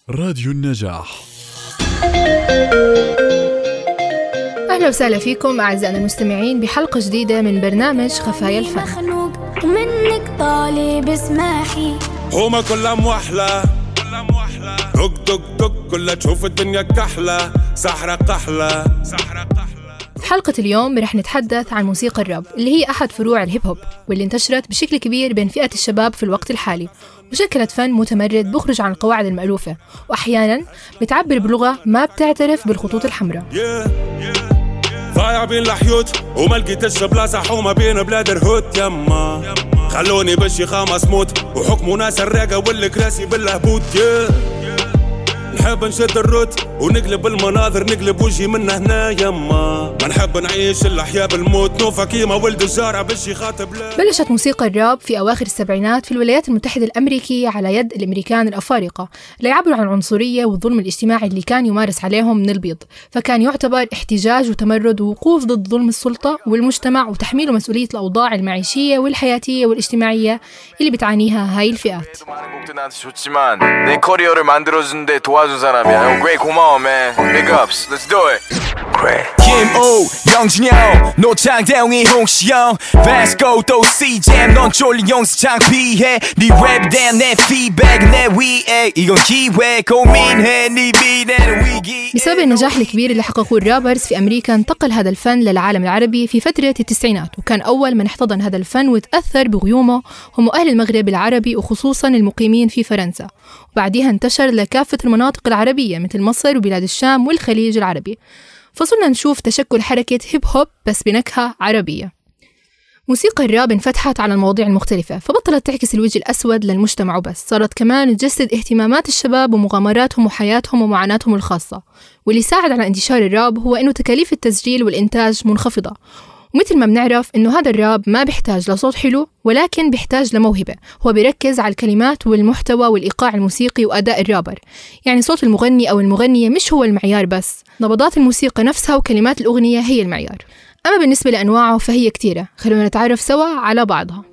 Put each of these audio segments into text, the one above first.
راديو النجاح. أهلا وسهلا فيكم أعزائنا المستمعين بحلقة جديدة من برنامج خفايا الفن. مخنوق ومنك طالب اسمحي هما كلها موحلة دق دق دق كلها تشوف الدنيا كحلة سحرة قحلة. في حلقة اليوم رح نتحدث عن موسيقى الراب اللي هي أحد فروع الهيب هوب واللي انتشرت بشكل كبير بين فئة الشباب في الوقت الحالي، وشكلت فن متمرد بخرج عن القواعد المألوفة، وأحياناً بتعبر بلغة ما بتعترف بالخطوط الحمراء. ضايع بين الحيوت وما لقيتش بلاصة حومة بين بلاد الهوت يما خلوني بشي خامس موت وحكموا ناس الراقة والكراسي بالهبوط. نحب نشد الروت ونقلب المناظر نقلب وجهي من هنا يما ما نحب نعيش الأحياء بالموت نوفا كيما ولد الجارة بشي خاطب لا. بلشت موسيقى الراب في أواخر السبعينات في الولايات المتحدة الأمريكية على يد الأمريكان الأفارقة ليعبروا عن العنصرية والظلم الاجتماعي اللي كان يمارس عليهم من البيض، فكان يعتبر احتجاج وتمرد ووقوف ضد ظلم السلطة والمجتمع وتحميله مسؤولية الأوضاع المعيشية والحياتية والاجتماعية اللي بتعانيها هاي الفئات. 도와준 사람이야. great 고마워 man. Big ups. Let's do it. Great. 김오 영진영 노창대웅이 홍시영 Vasco 또 C-Jam 넌 쫄린 영수 창피해 네 랩에 대한 내 feedback 내 위에 이건 기회 고민해 네 미래는 위기. بسبب النجاح الكبير اللي حققوه الرابرز في أمريكا انتقل هذا الفن للعالم العربي في فترة التسعينات، وكان أول من احتضن هذا الفن وتأثر بغيومه هم أهل المغرب العربي وخصوصا المقيمين في فرنسا، وبعدها انتشر لكافة المناطق العربية مثل مصر وبلاد الشام والخليج العربي، فصرنا نشوف تشكل حركة هيب هوب بس بنكهة عربية. موسيقى الراب انفتحت على المواضيع المختلفة، فبطلت تعكس الوجه الأسود للمجتمع وبس، صارت كمان تجسد اهتمامات الشباب ومغامراتهم وحياتهم ومعاناتهم الخاصة. واللي ساعد على انتشار الراب هو إنه تكاليف التسجيل والإنتاج منخفضة، ومثل ما بنعرف إنه هذا الراب ما بيحتاج لصوت حلو ولكن بيحتاج لموهبة، هو بيركز على الكلمات والمحتوى والإيقاع الموسيقي وأداء الرابر، يعني صوت المغني أو المغنية مش هو المعيار بس، نبضات الموسيقى نفسها وكلمات الأغنية هي المعيار. أما بالنسبة لأنواعه فهي كتيرة، خلونا نتعرف سوا على بعضها.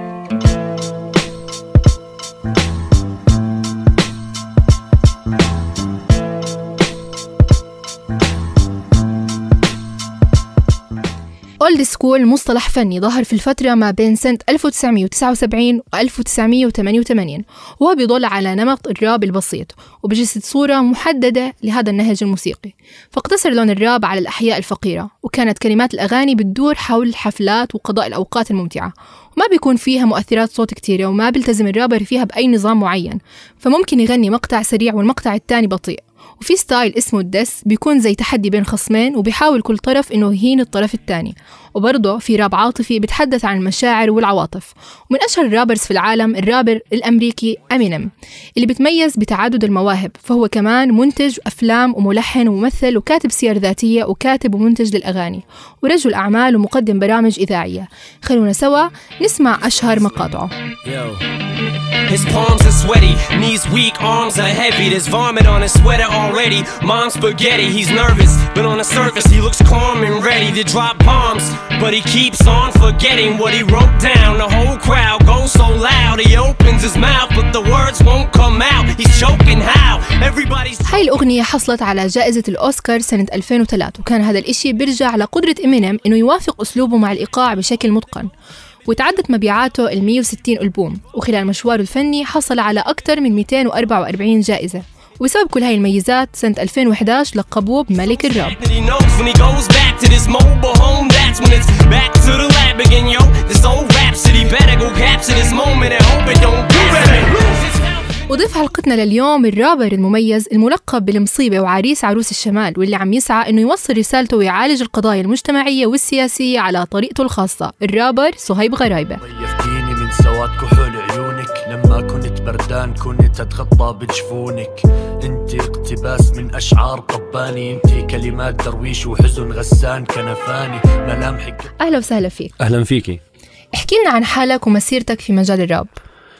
Old School مصطلح فني ظهر في الفترة ما بين سنة 1979 و 1988، وهو بيدل على نمط الراب البسيط وبجسد صورة محددة لهذا النهج الموسيقي، فاقتصر لون الراب على الأحياء الفقيرة، وكانت كلمات الأغاني بتدور حول الحفلات وقضاء الأوقات الممتعة، وما بيكون فيها مؤثرات صوت كتيرة، وما بيلتزم الرابر فيها بأي نظام معين، فممكن يغني مقطع سريع والمقطع الثاني بطيء. وفي ستايل اسمه الدس بيكون زي تحدي بين خصمين وبيحاول كل طرف إنه يهين الطرف الثاني، وبرضه في راب عاطفي بيتحدث عن المشاعر والعواطف. ومن أشهر الرابرز في العالم الرابر الأمريكي أمينيم اللي بتميز بتعدد المواهب، فهو كمان منتج أفلام وملحن وممثل وكاتب سير ذاتية وكاتب ومنتج للأغاني ورجل أعمال ومقدم برامج إذاعية. خلونا سوا نسمع أشهر مقاطعه. His palms are sweaty, knees weak, arms are heavy. There's vomit on his sweater already. Mom's spaghetti, he's nervous, but on the surface he looks calm and ready to drop bombs. But he keeps on forgetting what he wrote down. The whole crowd goes so loud. He opens his mouth, but the words won't come out. He's choking how? Everybody's. هاي الأغنية حصلت على جائزة الأوسكار سنة 2003، وكان هذا الإشي بيرجع لقدرة إمينيم إنه يوافق أسلوبه مع الإيقاع بشكل متقن، وتعدت مبيعاته 160 ألبوم، وخلال مشواره الفني حصل على أكثر من 244 جائزة، وبسبب كل هاي الميزات سنة 2011 لقبوه بملك الراب. وضيف حلقتنا لليوم الرابر المميز الملقب بالمصيبة وعريس عروس الشمال، واللي عم يسعى إنه يوصل رسالته ويعالج القضايا المجتمعية والسياسية على طريقته الخاصة، الرابر صهيب غرايبة. ضيفتيني من سواد كحول عيونك، لما كنت بردان كنت أتغطى بجفونك، انت اقتباس من أشعار قباني، انت كلمات درويش وحزن غسان كنفاني ملامحك. أهلا وسهلا فيك. أهلا فيكي. احكي لنا عن حالك ومسيرتك في مجال الراب.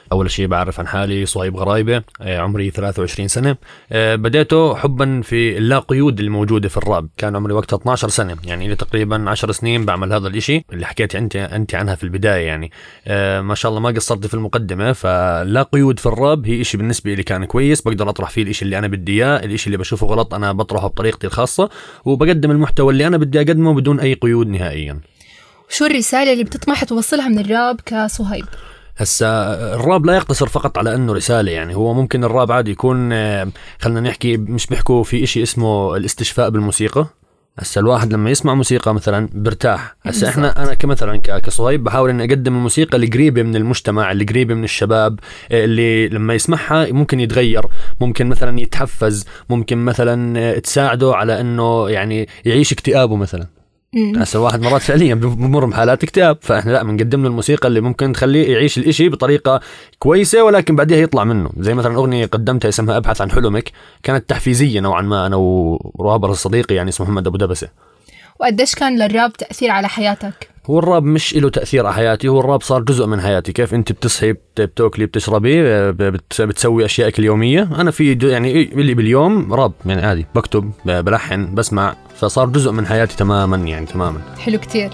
أول شيء بعرف عن حالي صهيب غرايبة، عمري 23 سنة. بديته حبا في اللا قيود الموجودة في الراب. كان عمري وقتها 12 سنة، يعني لي تقريبا 10 سنين بعمل هذا الاشي اللي حكيت أنت عنها في البداية. يعني ما شاء الله ما قصرت في المقدمة. فلا قيود في الراب هي اشي بالنسبة لي كان كويس، بقدر أطرح فيه الاشي اللي أنا بدي إياه، الاشي اللي بشوفه غلط أنا بطرحه بطريقتي الخاصة، وبقدم المحتوى اللي أنا بدي أقدمه بدون أي قيود نهائيا. شو الرسالة اللي بتطمح توصلها من الراب كصهيب؟ هسا الراب لا يقتصر فقط على انه رسالة، يعني هو ممكن الراب عادي يكون خلنا نحكي، مش بيحكوا في اشي اسمه الاستشفاء بالموسيقى. هسا الواحد لما يسمع موسيقى مثلا برتاح. هسا انا كمثلا كصهيب بحاول اني اقدم الموسيقى اللي قريبة من المجتمع، اللي قريبة من الشباب، اللي لما يسمعها ممكن يتغير، ممكن مثلا يتحفز، ممكن مثلا تساعده على انه يعني يعيش اكتئابه مثلا. هسه واحد مرات فعليا بمر بحالات اكتئاب، فاحنا لا بنقدم له الموسيقى اللي ممكن تخليه يعيش الاشي بطريقة كويسة، ولكن بعدها يطلع منه. زي مثلا اغنية قدمتها اسمها ابحث عن حلمك، كانت تحفيزية نوعا ما، انا ورابر صديقي يعني اسمه محمد ابو دبسة. وقديش كان للراب تأثير على حياتك؟ هو الراب مش له تأثير على حياتي، هو الراب صار جزء من حياتي. كيف انت بتصحي بتاكلي بتشربي بتسوي اشيائك اليومية، انا في يعني اللي باليوم راب، يعني عادي بكتب بلحن بسمع، فصار جزء من حياتي تماما، يعني تماما. حلو كتير.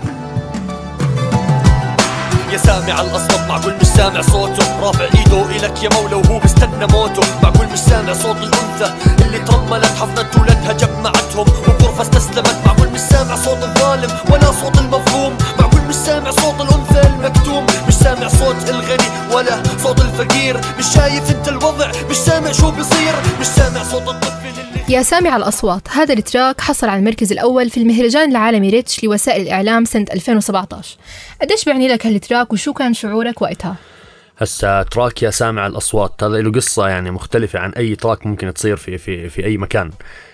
يا سامع الأصوات معقول مش سامع صوته، رافع ايده إلك يا مولا وهو بستنى موته. معقول مش سامع صوت الأنثى اللي ترملت حفظت ولدها جمعتهم وغرفة استسلمت. معقول مش سامع صوت الظالم ولا صوت المظلوم. معقول مش سامع صوت الأنثى المكتوم. مش سامع صوت الغني ولا صوت الفقير. مش شايف انت الوضع، مش سامع شو بيصير. مش سامع صوت الطفل اللي يا سامع الأصوات، هذا التراك حصل على المركز الأول في المهرجان العالمي ريتش لوسائل الإعلام سنة 2017. قديش بيعني لك هالتراك وشو كان شعورك وقتها؟ هسا تراك يا سامع الأصوات هذا له قصة يعني مختلفة عن أي تراك ممكن تصير في أي مكان.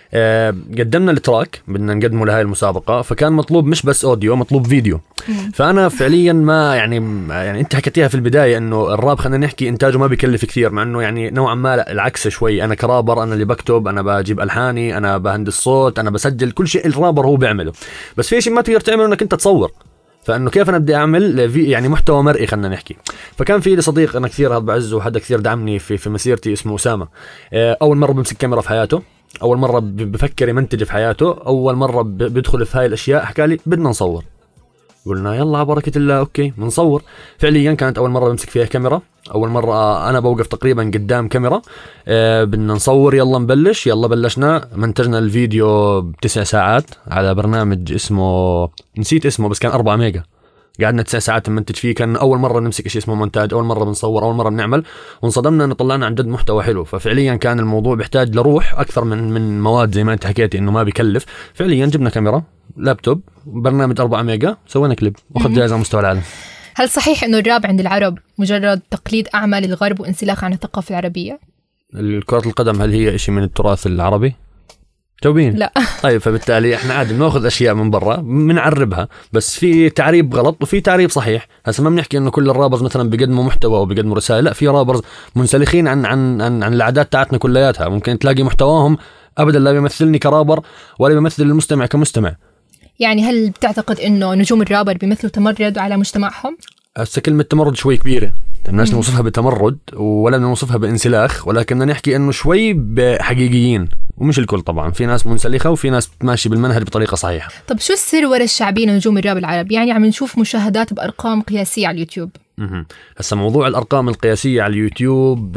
قدمنا التراك، بدنا نقدمه لهاي المسابقة، فكان مطلوب مش بس أوديو، مطلوب فيديو. فأنا فعليا ما يعني أنت حكيتيها في البداية إنه الراب خلينا نحكي إنتاجه ما بيكلف كثير، مع إنه يعني نوعا ما لا العكس شوي. أنا كرابر أنا اللي بكتب، أنا بجيب ألحاني، أنا بهندس صوت، أنا بسجل كل شيء الرابر هو بيعمله. بس في شيء ما تقدر تعمله إنك أنت تصور، فانه كيف انا بدي اعمل يعني محتوى مرئي خلينا نحكي. فكان في لي صديق انا كثير هذا بعزه وحدا كثير دعمني في مسيرتي اسمه أسامة. اول مره بمسك كاميرا في حياته، اول مره بفكر يمنتج في حياته، اول مره بيدخل في هاي الاشياء. حكى لي بدنا نصور، قلنا يلا على بركه الله اوكي بنصور. فعليا كانت اول مره بمسك فيها كاميرا، اول مره انا بوقف تقريبا قدام كاميرا. بدنا نصور، يلا نبلش. يلا بلشنا، منتجنا الفيديو ب9 ساعات على برنامج اسمه نسيت اسمه بس كان 4 ميجا. قعدنا 9 ساعات نمنتج فيه. كان اول مره نمسك شيء اسمه مونتاج، اول مره بنصور، اول مره بنعمل، وانصدمنا ان طلعنا عن جد محتوى حلو. ففعليا كان الموضوع بيحتاج لروح اكثر من مواد زي ما انت حكيتي انه ما بيكلف. فعليا جبنا كاميرا، لابتوب، برنامج 4 ميجا، سوينا كليب واخذ جائزه على مستوى العالم. هل صحيح انه الراب عند العرب مجرد تقليد اعمى للغرب وانسلاخ عن الثقافه العربيه؟ كرة القدم هل هي شيء من التراث العربي؟ جاوبين. لا. طيب فبالتالي احنا عادي بناخذ اشياء من برا بنعربها، بس في تعريب غلط وفي تعريب صحيح. هسه ما بنحكي انه كل الرابرز مثلا بيقدموا محتوى او بيقدموا رسائل، لا، في رابرز منسلخين عن العادات تاعتنا كلياتها. ممكن تلاقي محتواهم ابدا لا بيمثلني كرابر ولا بيمثل المستمع كمستمع. يعني هل بتعتقد انه نجوم الرابر بيمثلوا تمرد على مجتمعهم؟ هسه كلمة تمرد شوي كبيرة، بدناش نوصفها بتمرد ولا نوصفها بانسلاخ، ولكن بدنا نحكي انه شوي حقيقيين، ومش الكل طبعا. في ناس منسلخة وفي ناس ماشي بالمنهج بطريقة صحيحة. طب شو السر وراء الشعبية نجوم الراب العرب؟ يعني عم نشوف مشاهدات بأرقام قياسية على اليوتيوب. هسه موضوع الأرقام القياسية على اليوتيوب،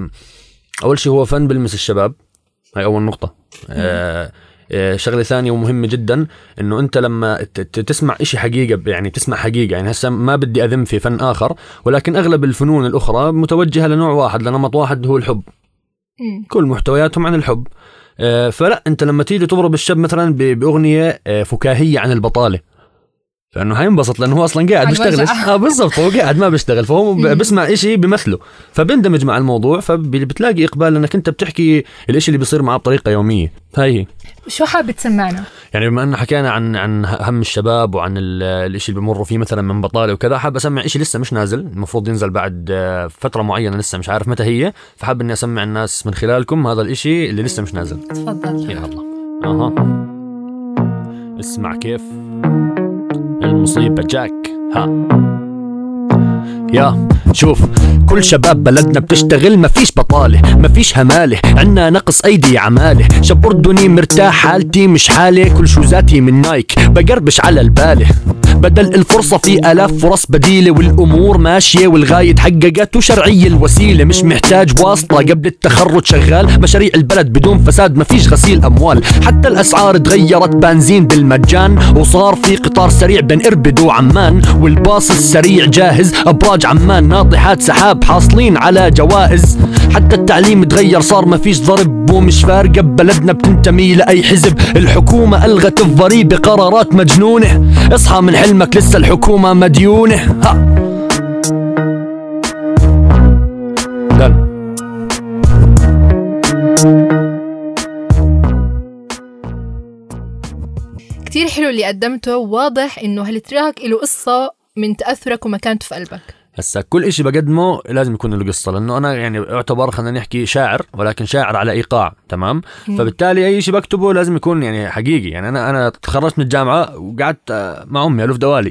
أول شيء هو فن بلمس الشباب، هاي أول نقطة. شغلة ثانية ومهمة جدا إنه أنت لما تسمع إشي حقيقة، يعني تسمع حقيقة. يعني هسه ما بدي أذم في فن آخر، ولكن أغلب الفنون الأخرى متوجهة لنوع واحد، لنمط واحد، هو الحب. كل محتوياتهم عن الحب. فلا أنت لما تيجي تضرب الشاب مثلا بأغنية فكاهية عن البطالة، فانه هينبسط لانه هو اصلا قاعد بيشتغل. بالضبط، هو قاعد ما بيشتغل، فهو بسمع إشي بمثله، فبندمج مع الموضوع، فبتلاقي اقبال لانك انت بتحكي الإشي اللي بيصير معه بطريقه يوميه. هاي شو حابب تسمعنا؟ يعني بما ان حكينا عن هم الشباب وعن الإشي اللي بيمروا فيه مثلا من بطاله وكذا، حاب اسمع إشي لسه مش نازل، المفروض ينزل بعد فتره معينه، لسه مش عارف متى هي، فحاب اني اسمع الناس من خلالكم هذا الإشي اللي لسه مش نازل. تفضل. يا الله. اسمع كيف المصيبة جاك. ها يا شوف كل شباب بلدنا بتشتغل، مفيش بطالة مفيش همالة، عنا نقص أيدي عمالة. شاب أردني مرتاح حالتي مش حالة، كل شوزاتي من نايك بقربش على البالة. بدل الفرصة في آلاف فرص بديلة، والأمور ماشية والغاية تحققت وشرعية الوسيلة. مش محتاج واسطة قبل التخرج، شغال مشاريع البلد بدون فساد، مفيش غسيل أموال. حتى الأسعار تغيرت، بنزين بالمجان، وصار في قطار سريع بين إربد وعمان، والباص السريع جاهز. أبراج عمان ناطحات سحاب حاصلين على جوائز. حتى التعليم تغير، صار مفيش ضرب، ومش فارقة ببلدنا بتنتمي لأي حزب. الحكومة ألغت الضريبة، قرارات مجنونة. اصحى من حلمك لسه الحكومة مديونة. دل. كتير حلو اللي قدمته، واضح إنه هالتراك له قصة من تأثرك ومكانته في قلبك. هسا كل إشي بقدمه لازم يكون له قصة، لأنه أنا يعني أعتبر خلينا نحكي شاعر، ولكن شاعر على إيقاع، تمام؟ فبالتالي أي شيء بكتبه لازم يكون يعني حقيقي. يعني أنا تخرجت من الجامعة وقعدت مع أمي ألف دوالي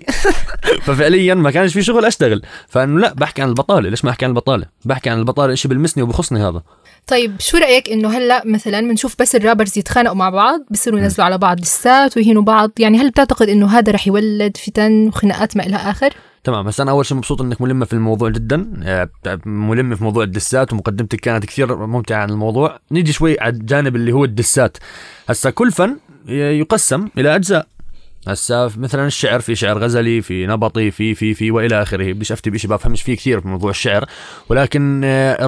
ففعليا ما كانش في شغل أشتغل، فإنه لا بحكي عن البطالة. ليش ما أحكي عن البطالة؟ بحكي عن البطالة، إشي بلمسني وبخصني هذا. طيب شو رأيك إنه هلأ مثلا بنشوف بس الرابرز يتخانقوا مع بعض، بيصيروا ينزلوا على بعض دسات ويهينوا بعض، يعني هل بتعتقد إنه هذا رح يولد فتن وخناقات ما إلها آخر؟ تمام. بس أنا أول شيء مبسوط إنك ملمة في الموضوع جدا، ملمة في موضوع الدسات، ومقدمتك كانت كثير ممتعة عن الموضوع. نيجي شوي على الجانب اللي هو الدسات. هسا كل فن يقسم إلى أجزاء. هسا مثلا الشعر، في شعر غزلي، في نبطي، في وإلى آخره. بديش أفتي بشي بفهمش فيه كثير في موضوع الشعر، ولكن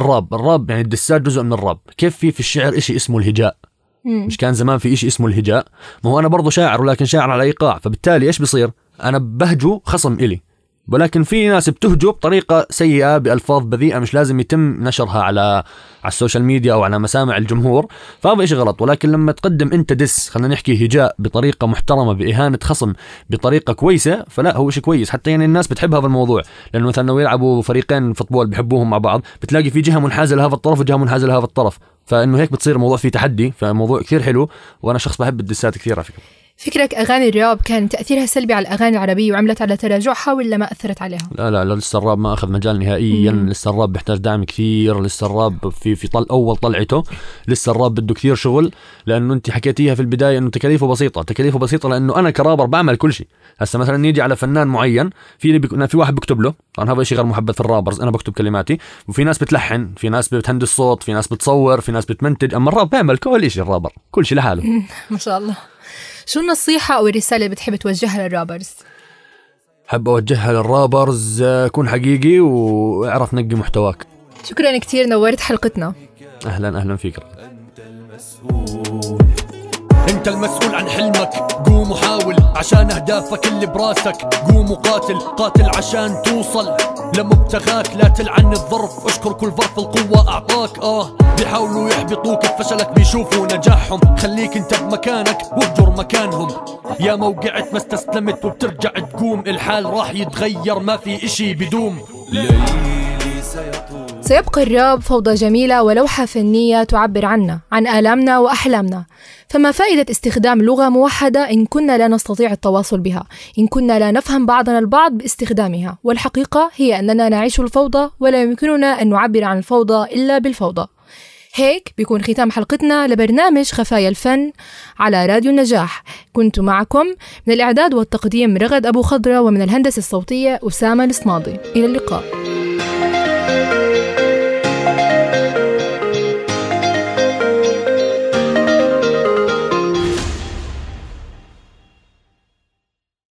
الراب يعني الدسات جزء من الراب. كيف في الشعر إشي اسمه الهجاء؟ مش كان زمان في إشي اسمه الهجاء؟ ما هو أنا برضو شاعر، ولكن شاعر على إيقاع. فبالتالي إيش بصير؟ أنا بهجو خصم إلي، ولكن في ناس بتهجو بطريقة سيئة بألفاظ بذيئة مش لازم يتم نشرها على السوشيال ميديا أو على مسامع الجمهور، فهذا إشي غلط. ولكن لما تقدم أنت دس، خلينا نحكي هجاء بطريقة محترمة، بإهانة خصم بطريقة كويسة، فلا هو إشي كويس. حتى يعني الناس بتحب هذا الموضوع، لأنه مثلا لو يلعبوا فريقين فوتبول بيحبوهم مع بعض، بتلاقي في جهة منحازة لهذا الطرف وجهة منحازة لهذا الطرف، فإنه هيك بتصير الموضوع فيه تحدي. فموضوع كثير حلو، وأنا شخص بحب الدسات كثير على فكرة. فكرك أغاني الراب كان تأثيرها سلبي على الأغاني العربية وعملت على تراجعها، ولا ما أثرت عليها؟ لا لسه الراب ما أخذ مجال نهائيا. لسه الراب بيحتاج دعم كثير. لسه الراب في أول طلعته، لسه الراب بده كثير شغل. لأنه أنت حكيتيها في البداية إنه تكاليفه بسيطة، لأنه أنا كرابر بعمل كل شيء. هسه مثلا نيجي على فنان معين، في واحد بكتب له، طبعا هذا شيء غير محبب في الرابرز، أنا بكتب كلماتي، وفي ناس بتلحن، في ناس بتهندس صوت، في ناس بتصور، في ناس بتمنتج. أما الراب بيعمل كل شيء، الرابر كل شيء لحاله. ما شاء الله. شو النصيحة أو الرسالة اللي بتحب توجهها للرابرز؟ حب أوجهها للرابرز، كون حقيقي واعرف نقي محتواك. شكرا كتير، نورت حلقتنا. أهلا فيك. انت المسؤول عن حلمك، قوم وحاول عشان اهدافك اللي براسك. قوم وقاتل عشان توصل لمبتغاك. لا تلعن الظرف، اشكر كل ظرف القوة اعطاك. بيحاولوا يحبطوك، فشلك بيشوفوا نجاحهم. خليك انت بمكانك واهجر مكانهم. يا موقعت ما استسلمت وبترجع تقوم. الحال راح يتغير، ما في اشي بدوم. سيبقى الراب فوضى جميلة ولوحة فنية تعبر عنا، عن آلامنا وأحلامنا. فما فائدة استخدام لغة موحدة إن كنا لا نستطيع التواصل بها، إن كنا لا نفهم بعضنا البعض باستخدامها؟ والحقيقة هي أننا نعيش الفوضى، ولا يمكننا أن نعبر عن الفوضى إلا بالفوضى. هيك بيكون ختام حلقتنا لبرنامج خفايا الفن على راديو النجاح. كنت معكم من الإعداد والتقديم رغد أبو خضرة، ومن الهندسة الصوتية أسامة الصماضي. إلى اللقاء.